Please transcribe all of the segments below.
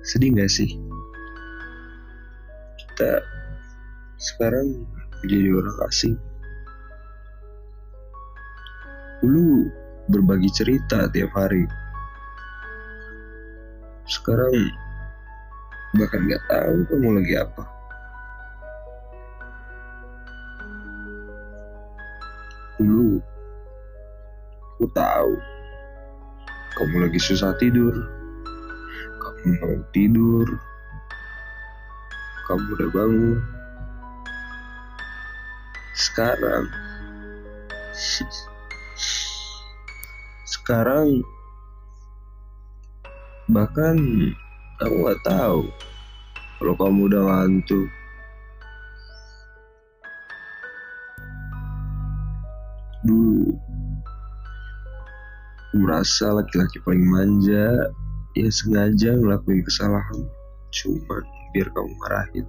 Sedih gak sih kita sekarang menjadi orang asing? Dulu berbagi cerita tiap hari, sekarang bahkan gak tahu kamu lagi apa. Dulu aku tahu kamu lagi susah tidur, kamu mau tidur, kamu udah bangun. Sekarang bahkan aku gak tahu kalau kamu udah ngantuk. Dulu aku merasa laki-laki paling manja, ya sengaja ngelakuin kesalahan cuman biar kamu marahin.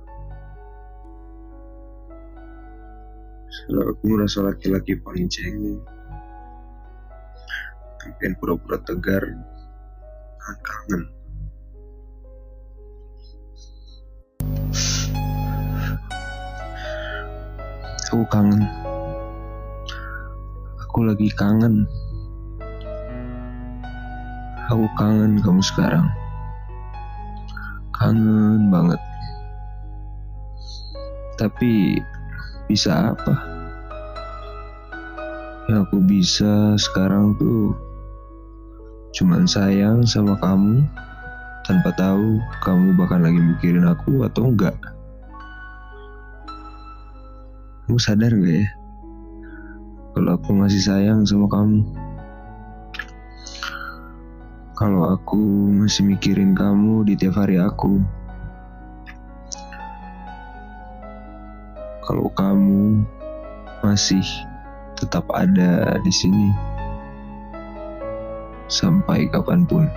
Setelah aku merasa laki-laki paling cengeng, pengen pura-pura tegar dan kangen. Aku kangen. Aku lagi kangen. Aku kangen kamu sekarang. Kangen banget. Tapi bisa apa? Yang aku bisa sekarang tuh cuman sayang sama kamu tanpa tahu kamu bahkan lagi mikirin aku atau enggak. Kamu sadar gak ya kalau aku masih sayang sama kamu? Kalau aku masih mikirin kamu di tiap hari aku. Kalau kamu masih tetap ada di sini sampai kapanpun.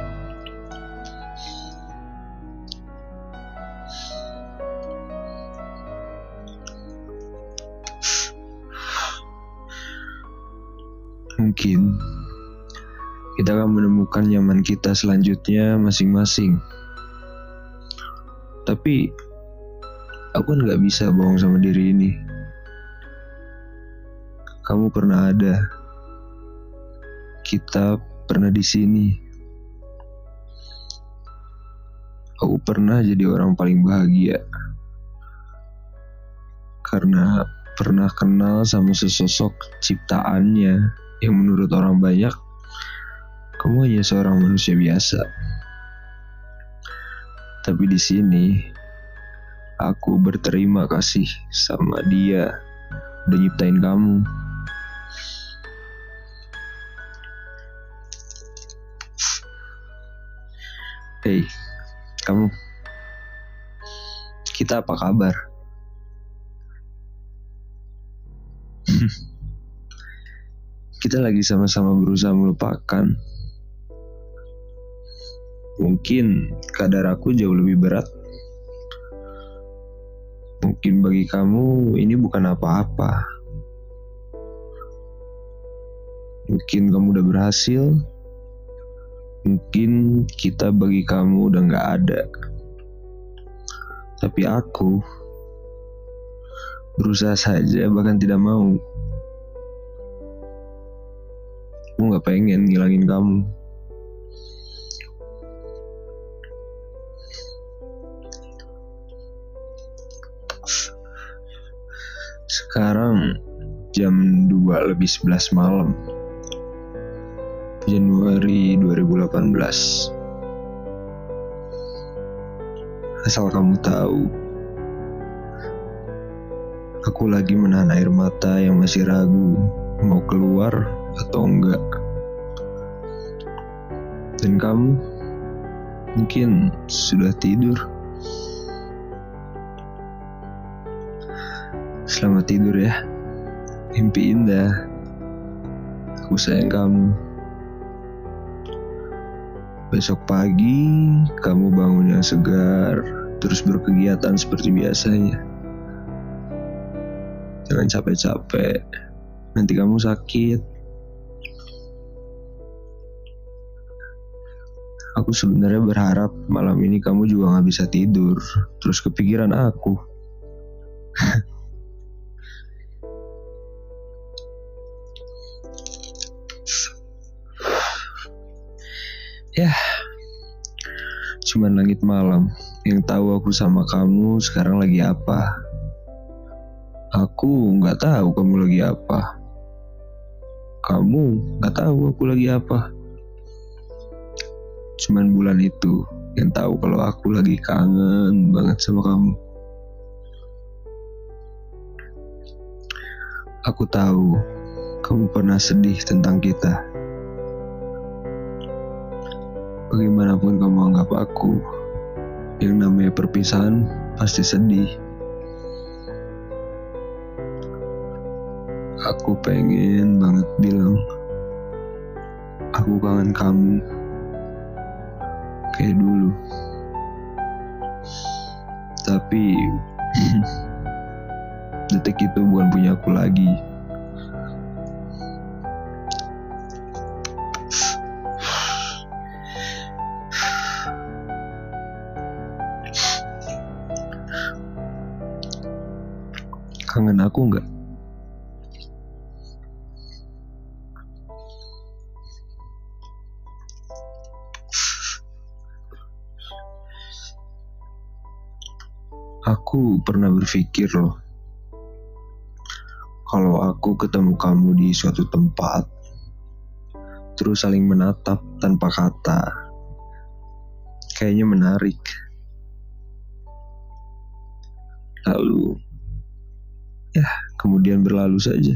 Mungkin kita akan menemukan nyaman kita selanjutnya masing-masing. Tapi aku kan gak bisa bohong sama diri ini. Kamu pernah ada, kita pernah di sini. Aku pernah jadi orang paling bahagia karena pernah kenal sama sesosok ciptaannya yang menurut orang banyak kamu hanya seorang manusia biasa. Tapi di sini aku berterima kasih sama dia udah nyiptain kamu. Hey, kamu. Kita apa kabar? Kita lagi sama-sama berusaha melupakan. Mungkin kadar aku jauh lebih berat. Mungkin bagi kamu ini bukan apa-apa. Mungkin kamu udah berhasil. Mungkin kita bagi kamu udah gak ada. Tapi aku berusaha saja bahkan tidak mau. Aku gak pengen ngilangin kamu. Sekarang jam 2:11 malam, Januari 2018. Asal kamu tahu, aku lagi menahan air mata yang masih ragu mau keluar atau enggak. Dan kamu mungkin sudah tidur. Selamat tidur ya, mimpi indah. Aku sayang kamu. Besok pagi kamu bangun yang segar, terus berkegiatan seperti biasanya. Jangan capek-capek, nanti kamu sakit. Aku Aku sebenarnya berharap malam ini kamu juga gak bisa tidur, terus kepikiran aku. Ya, cuman langit malam yang tahu aku sama kamu sekarang lagi apa. Aku gak tahu kamu lagi apa. Kamu gak tahu aku lagi apa. Cuman bulan itu yang tahu kalau aku lagi kangen banget sama kamu. Aku tahu kamu pernah sedih tentang kita. Bagaimanapun kamu anggap aku, yang namanya perpisahan pasti sedih. Aku pengen banget bilang, aku kangen kamu kayak dulu. Tapi detik itu bukan punya aku lagi. Kangen aku nggak? Aku pernah berpikir loh, kalau aku ketemu kamu di suatu tempat, terus saling menatap tanpa kata, kayaknya menarik. Lalu, kemudian berlalu saja.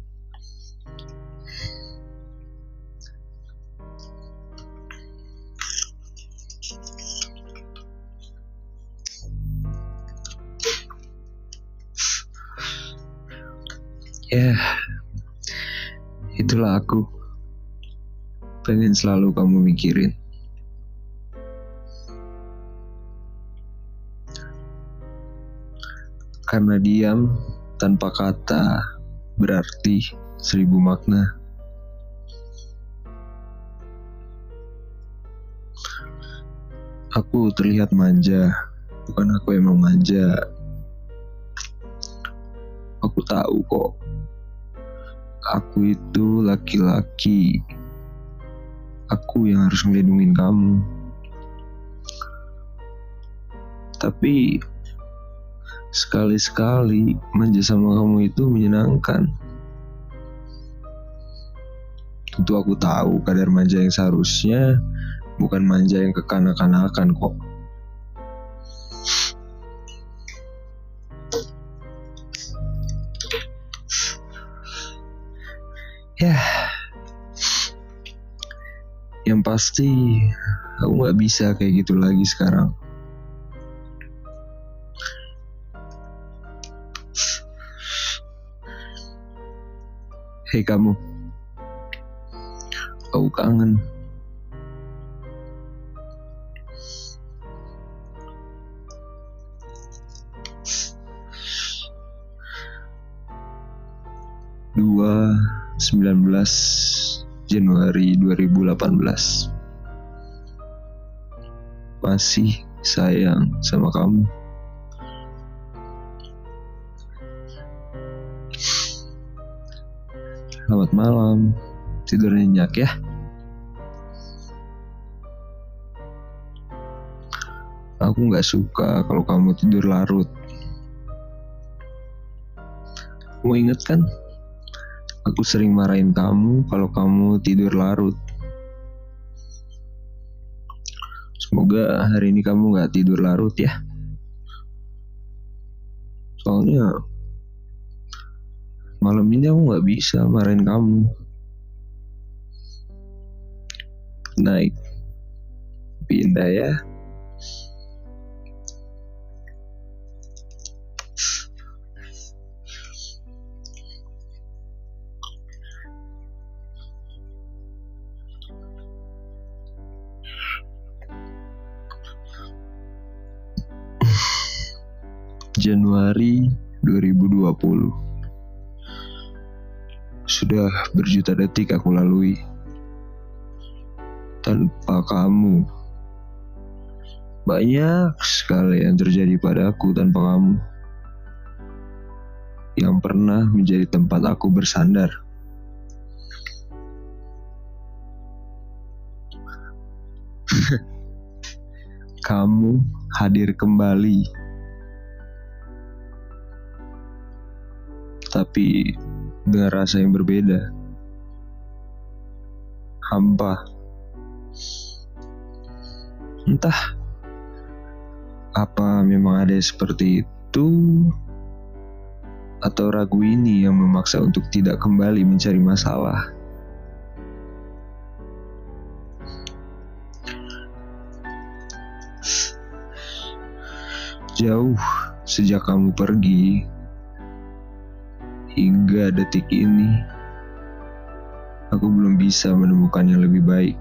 Itulah aku. Pengen selalu kamu mikirin. Karena diam tanpa kata berarti 1000 makna. Aku terlihat manja, bukan aku emang manja. Aku tahu kok, aku itu laki-laki. Aku yang harus ngelindungin kamu. Tapi sekali-sekali manja sama kamu itu menyenangkan. Tentu aku tahu kadar manja yang seharusnya bukan manja yang kekanak-kanakan kok. Yang pasti aku gak bisa kayak gitu lagi sekarang. Hei kamu, aku kangen. Dua 19 Januari 2018. Masih sayang sama kamu. Selamat malam, tidur nyenyak ya. Aku gak suka kalau kamu tidur larut. Kamu inget kan? Aku sering marahin kamu kalau kamu tidur larut. Semoga hari ini kamu gak tidur larut ya. Soalnya malam ini aku gak bisa marahin kamu. Naik pindah ya. Januari 2020. Sudah berjuta detik aku lalui tanpa kamu Banyak sekali yang terjadi padaku tanpa kamu, yang pernah menjadi tempat aku bersandar. Kamu hadir kembali, tapi dengan rasa yang berbeda. Hampa. Entah apa memang ada seperti itu, atau ragu ini yang memaksa untuk tidak kembali mencari masalah. Jauh sejak kamu pergi, hingga detik ini, aku belum bisa menemukan yang lebih baik.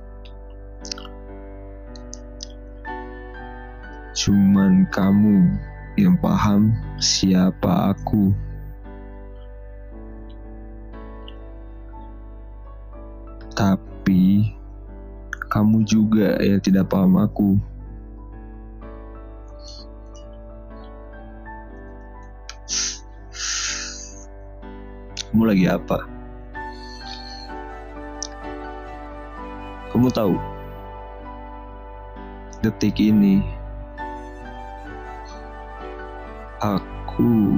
Cuman kamu yang paham siapa aku. Tapi kamu juga yang tidak paham aku. Kamu lagi apa? Kamu tahu, detik ini aku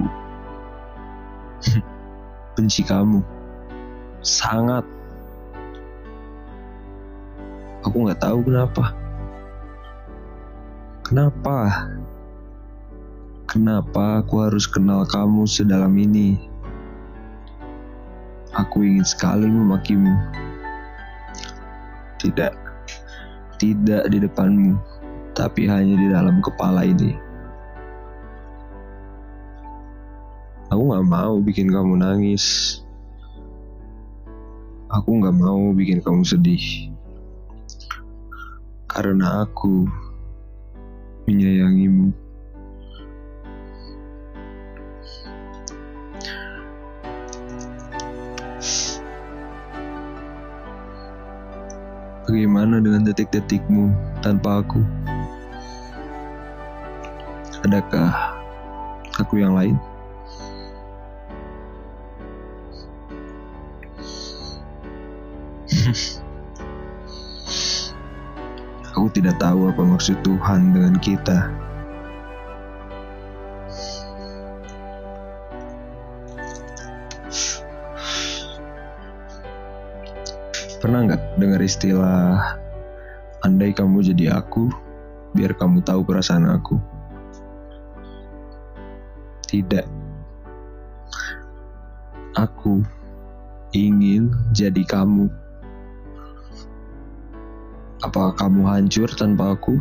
benci kamu sangat. Aku nggak tahu kenapa. Kenapa aku harus kenal kamu sedalam ini? Aku ingin sekali memakimu. Tidak di depanmu, tapi hanya di dalam kepala ini. Aku gak mau bikin kamu nangis. Aku gak mau bikin kamu sedih. Karena aku menyayangimu. Bagaimana dengan detik-detikmu tanpa aku? Adakah aku yang lain? Aku tidak tahu apa maksud Tuhan dengan kita. Pernah nggak dengar istilah, andai kamu jadi aku, biar kamu tahu perasaan aku? Tidak. Aku ingin jadi kamu. Apakah kamu hancur tanpa aku?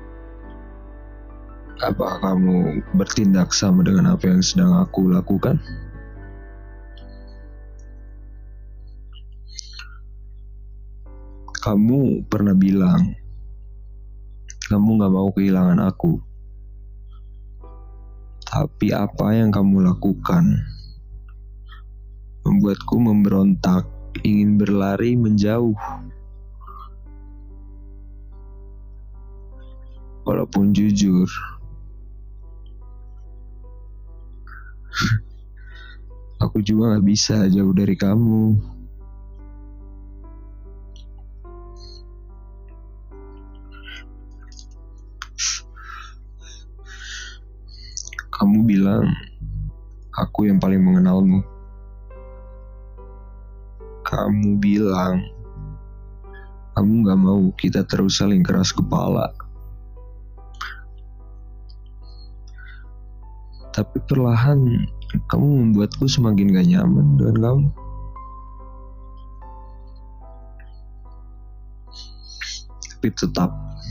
Apakah kamu bertindak sama dengan apa yang sedang aku lakukan? Kamu pernah bilang, kamu gak mau kehilangan aku. Tapi apa yang kamu lakukan membuatku memberontak, ingin berlari menjauh. Walaupun jujur, aku juga gak bisa jauh dari kamu. Kamu bilang, aku yang paling mengenalmu. Kamu bilang, kamu gak mau kita terus saling keras kepala. Tapi perlahan, kamu membuatku semakin gak nyaman dengan kamu. Tapi tetap,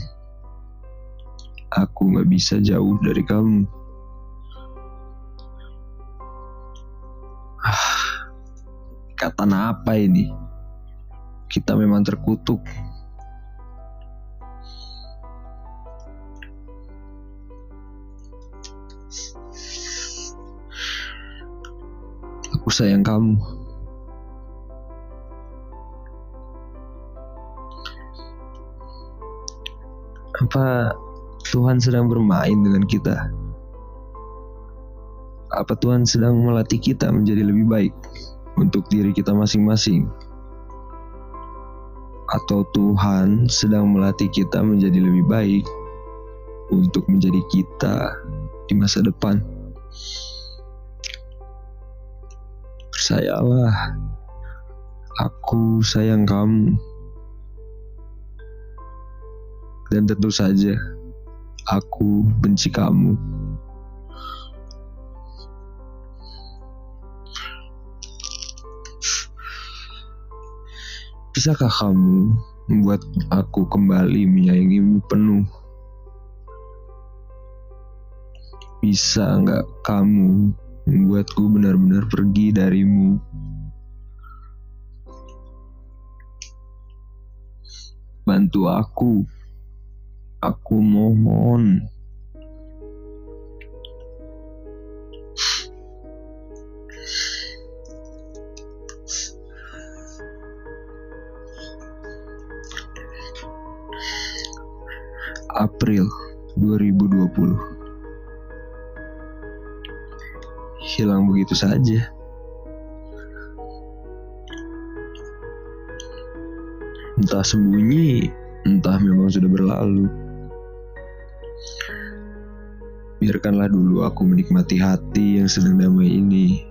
aku gak bisa jauh dari kamu. Ikatan apa ini? Kita memang terkutuk. Aku sayang kamu. Apa Tuhan sedang bermain dengan kita? Apa Tuhan sedang melatih kita menjadi lebih baik untuk diri kita masing-masing? Atau Tuhan sedang melatih kita menjadi lebih baik untuk menjadi kita di masa depan? Percayalah, aku sayang kamu. Dan tentu saja, aku benci kamu. Bisakah kamu membuat aku kembali menyayangimu penuh? Bisa nggak kamu membuatku benar-benar pergi darimu? Bantu aku mohon. April 2020 hilang begitu saja. Entah sembunyi, entah memang sudah berlalu. Biarkanlah dulu aku menikmati hati yang sedang damai ini.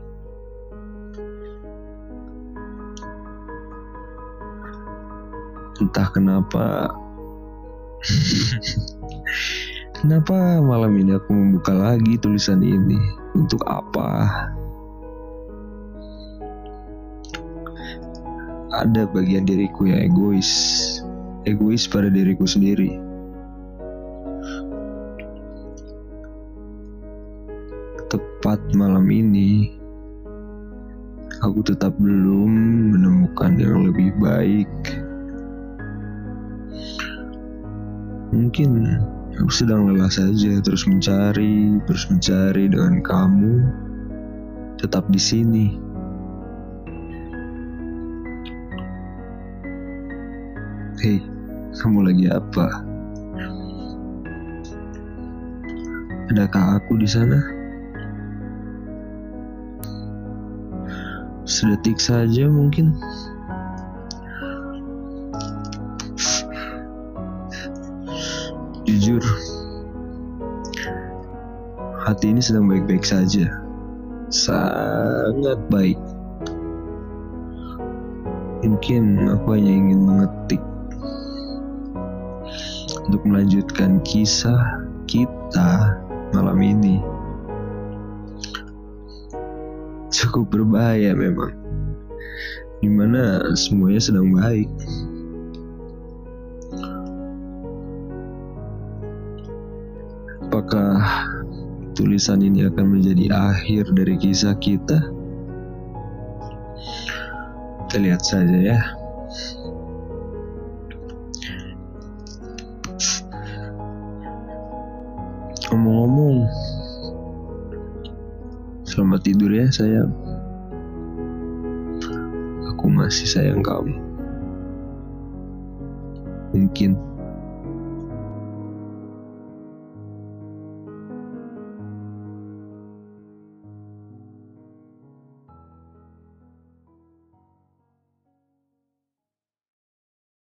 Entah kenapa Kenapa malam ini aku membuka lagi tulisan ini? Untuk apa? Ada bagian diriku yang egois pada diriku sendiri. Tepat malam ini, aku tetap belum menemukan yang lebih baik. Mungkin aku sedang lelah saja, terus mencari dengan kamu tetap di sini. Hei, kamu lagi apa? Adakah aku di sana? Sedetik saja mungkin. Jujur, hati ini sedang baik-baik saja. Sangat baik. Mungkin aku hanya ingin mengetik untuk melanjutkan kisah kita malam ini. Cukup berbahaya memang, dimana semuanya sedang baik. Apakah tulisan ini akan menjadi akhir dari kisah kita? Kita lihat saja ya. Ngomong-ngomong, selamat tidur ya sayang. Aku masih sayang kamu. Mungkin